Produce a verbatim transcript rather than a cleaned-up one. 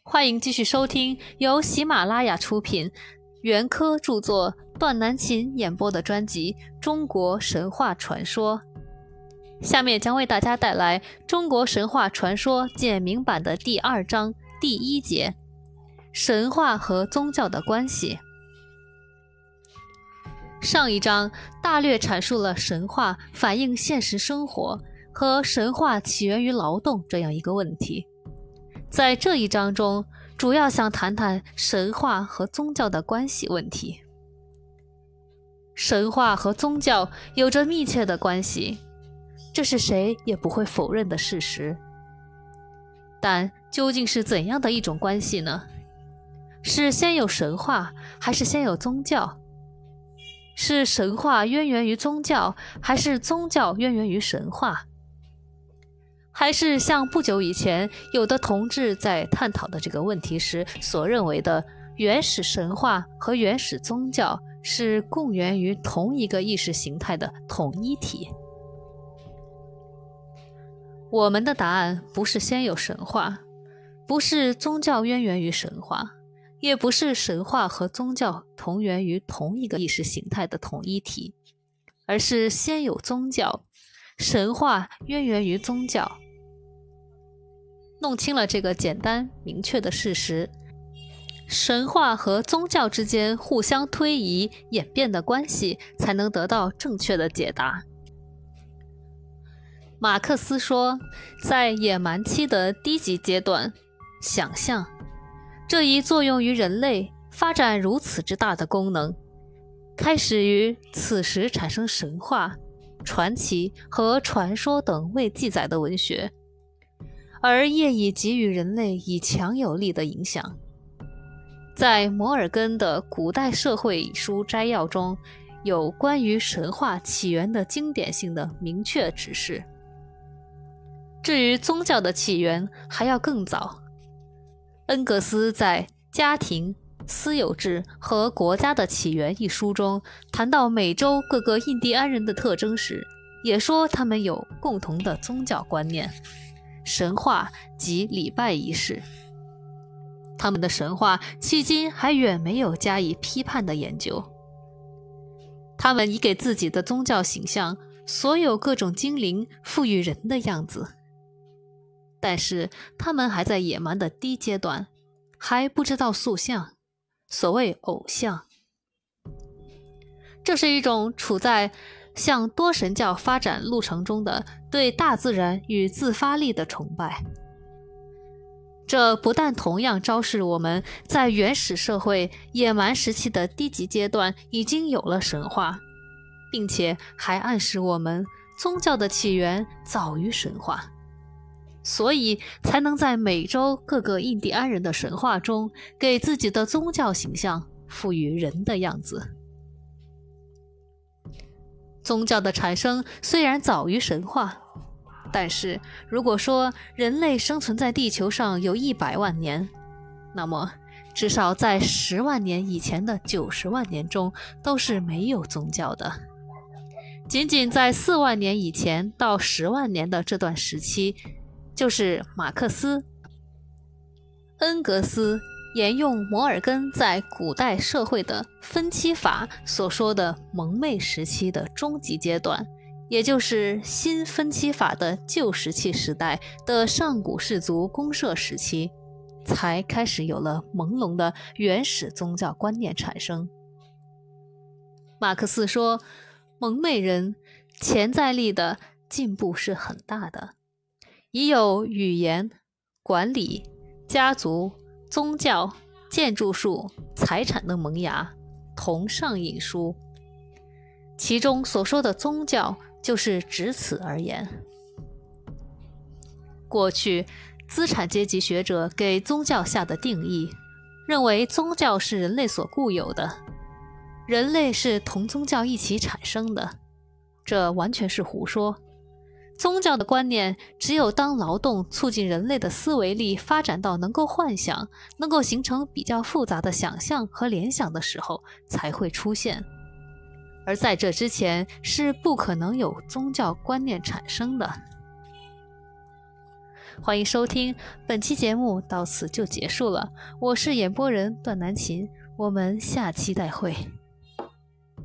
欢迎继续收听由喜马拉雅出品，袁科著作，段南琴演播的专辑《中国神话传说》。下面将为大家带来《中国神话传说简明版》的第二章第一节：神话和宗教的关系。上一章大略阐述了神话反映现实生活和神话起源于劳动这样一个问题。在这一章中，主要想谈谈神话和宗教的关系问题。神话和宗教有着密切的关系，这是谁也不会否认的事实。但究竟是怎样的一种关系呢？是先有神话，还是先有宗教？是神话渊源于宗教，还是宗教渊源于神话？还是像不久以前有的同志在探讨的这个问题时所认为的，原始神话和原始宗教是共源于同一个意识形态的统一体？我们的答案不是先有神话，不是宗教渊源于神话，也不是神话和宗教同源于同一个意识形态的统一体，而是先有宗教，神话渊源于宗教。弄清了这个简单明确的事实，神话和宗教之间互相推移演变的关系才能得到正确的解答。马克思说，在野蛮期的低级阶段，想象这一作用于人类发展如此之大的功能，开始于此时产生神话、传奇和传说等未记载的文学，而业已给予人类以强有力的影响。在摩尔根的《古代社会》一书摘要中，有关于神话起源的经典性的明确指示。至于宗教的起源还要更早，恩格斯在《家庭、私有制和国家的起源》一书中谈到美洲各个印第安人的特征时，也说他们有共同的宗教观念，神话及礼拜仪式。他们的神话迄今还远没有加以批判的研究。他们已给自己的宗教形象所有各种精灵赋予人的样子，但是他们还在野蛮的低阶段，还不知道塑像，所谓偶像。这是一种处在向多神教发展路程中的对大自然与自发力的崇拜。这不但同样昭示我们在原始社会野蛮时期的低级阶段已经有了神话，并且还暗示我们宗教的起源早于神话，所以才能在美洲各个印第安人的神话中给自己的宗教形象赋予人的样子。宗教的产生虽然早于神话，但是如果说人类生存在地球上有一百万年，那么至少在十万年以前的九十万年中都是没有宗教的。仅仅在四万年以前到十万年的这段时期，就是马克思、恩格斯沿用摩尔根在古代社会的分期法所说的蒙昧时期的终极阶段，也就是新分期法的旧石器时代的上古氏族公社时期，才开始有了朦胧的原始宗教观念产生。马克思说，蒙昧人潜在力的进步是很大的，已有语言、管理、家族、宗教、建筑术、财产的萌芽，同上引书。其中所说的宗教就是指此而言。过去资产阶级学者给宗教下的定义，认为宗教是人类所固有的，人类是同宗教一起产生的，这完全是胡说。宗教的观念只有当劳动促进人类的思维力发展到能够幻想，能够形成比较复杂的想象和联想的时候才会出现，而在这之前是不可能有宗教观念产生的。 欢迎收听，本期节目到此就结束了，我是演播人段南琴，我们下期再会。